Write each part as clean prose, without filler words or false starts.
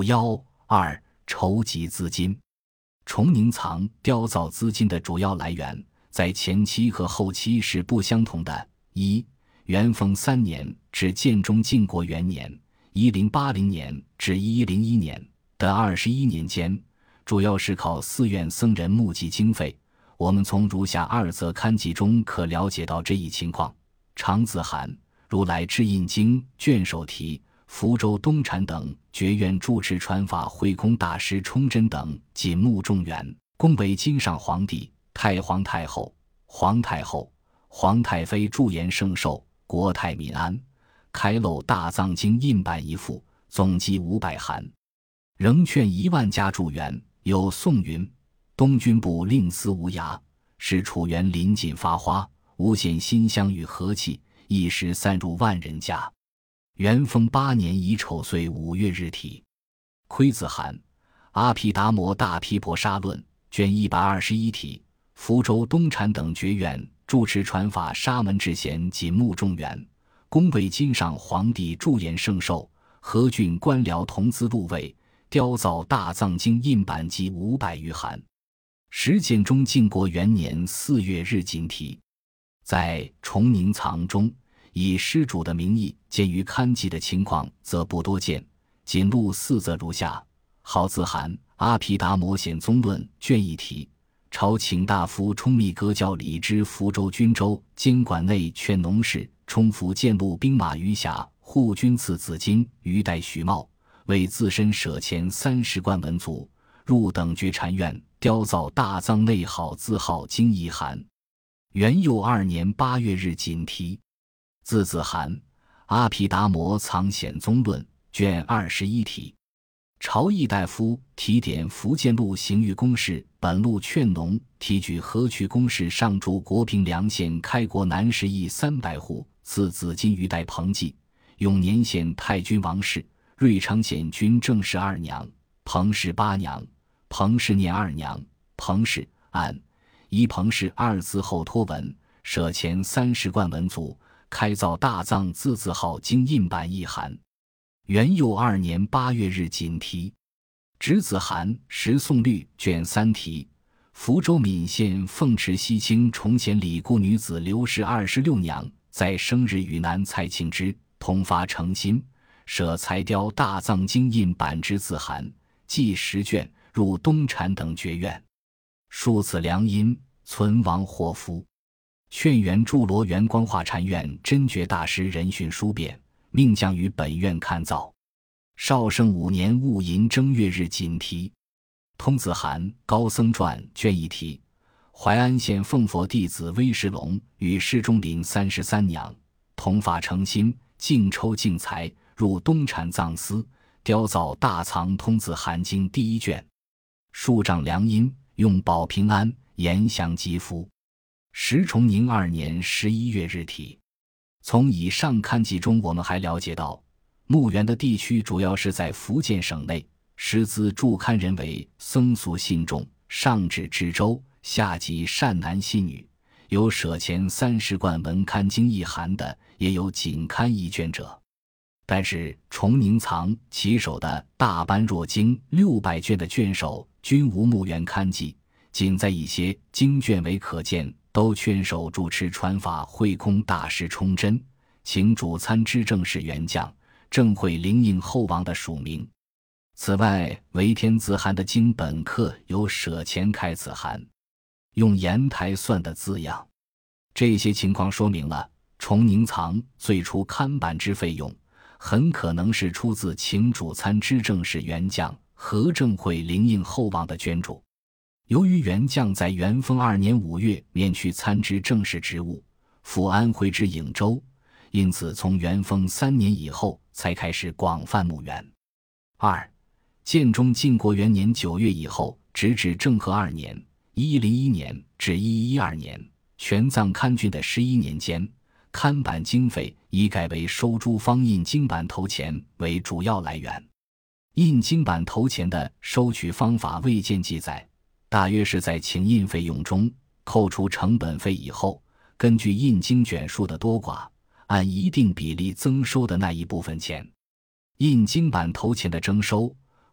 五幺二筹集资金。崇宁藏雕造资金的主要来源在前期和后期是不相同的。一、元丰3年至建中靖国元年1080年至1101年的21年间，主要是靠寺院僧人募集经费。我们从如下2则刊记中可了解到这一情况。长子罕如来智印经卷首题，福州东禅等觉院住持传法慧空大师冲真等谨募众缘，恭为金上皇帝、太皇太后、皇太后、皇太妃驻颜圣寿，国泰民安，开漏大藏经印版一副，总计500函，仍劝1万家助缘。有宋云：东军部令司无涯，使楚园临近发花，无限馨香与和气，一时散入万人家。元丰8年乙丑岁5月日题。窥子函阿毗达摩大毗婆沙论卷121题，福州东禅等觉院住持传法沙门智贤谨募众缘，恭为金上皇帝驻颜圣寿，河郡官僚同资禄位，雕造大藏经印版计500余函。时建中靖国元年4月日谨题。在崇宁藏中，以施主的名义鉴于刊记的情况则不多见，仅录4则如下。好字函阿毗达摩显宗论卷1题，朝请大夫冲密阁教理之福州军州监管内劝农事充福建路兵马余辖护军赐紫金余代许茂，为自身舍钱30贯文足，入等觉禅院雕造大藏内好字号经一函。元佑2年8月日谨题。字子函阿毗达摩藏显宗论卷21题，朝议大夫提点福建路刑狱公事本路劝农，提举河渠公事上驻国平凉县开国南10邑300户，赐紫金余代彭记，永年县太君王氏，瑞昌县君正氏2娘，彭氏8娘，彭氏念2娘，彭氏按依彭氏2字后托文，舍钱30贯文足，开造大藏字号经印版1函。元佑2年8月日谨题。侄子函石宋律卷3题，福州闽县凤池西清崇贤里姑女子刘氏26娘，在生日与男蔡庆之同发诚心，舍材雕大藏经印版之字函，计10卷，入东禅等觉院。数此良因，存亡祸福。劝元筑罗元光化禅院真觉大师人训书变，命将于本院刊造。绍圣5年戊寅正月日谨题。通子函高僧传卷1题，淮安县奉佛弟子威石龙与释中林33娘，同发诚心，竞抽竞才，入东禅藏司，雕造大藏通子函经第1卷。数丈良因，用保平安，延祥吉福。时崇宁2年11月日题。从以上刊记中，我们还了解到，募缘的地区主要是在福建省内，师资助刊人为僧俗信众，上至知州，下及善男信女，有舍钱30贯文刊经1函的，也有仅刊1卷者。但是崇宁藏其手的大般若经600卷的卷首均无募缘刊记，仅在一些经卷为可见，都劝手主持传法慧空大师冲真，请主参知政事元将正会灵应后王的署名。此外，为天子函的经本刻有舍钱开此函，用盐台算的字样。这些情况说明了崇宁藏最初刊版之费用很可能是出自请主参知政事元将和正会灵应后王的捐助。由于元将在元丰2年5月免去参知政事职务，赴安徽之颍州，因此从元丰3年以后才开始广泛募缘。2. 建中靖国元年9月以后，直至政和2年1101年至1112年全藏刊郡的11年间，刊版经费已改为收诸方印经版头钱为主要来源。印经版头钱的收取方法未见记载，大约是在请印费用中扣除成本费以后，根据印经卷数的多寡，按一定比例增收的那一部分钱。印经版头钱的征收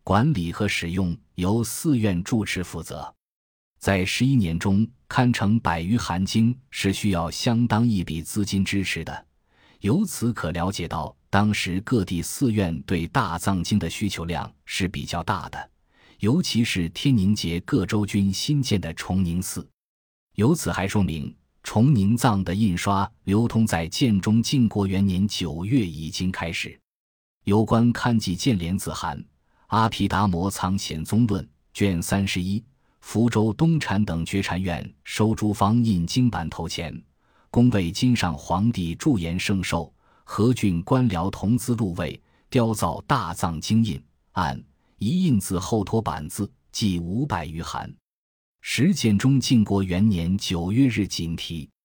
管理和使用由寺院住持负责。在11年中刊成100余函经是需要相当一笔资金支持的，由此可了解到当时各地寺院对大藏经的需求量是比较大的，尤其是天宁节各州军新建的崇宁寺。由此还说明崇宁藏的印刷流通在建中靖国元年9月已经开始。有关刊记建廉字函，阿毗达摩藏显宗论卷31，福州东禅等觉禅院收诸方印经版头前，恭为金上皇帝驻颜圣寿，河郡官僚同资录位，雕造大藏经印，按一印字后托版字，计500余函。时建中靖国元年9月日锦题。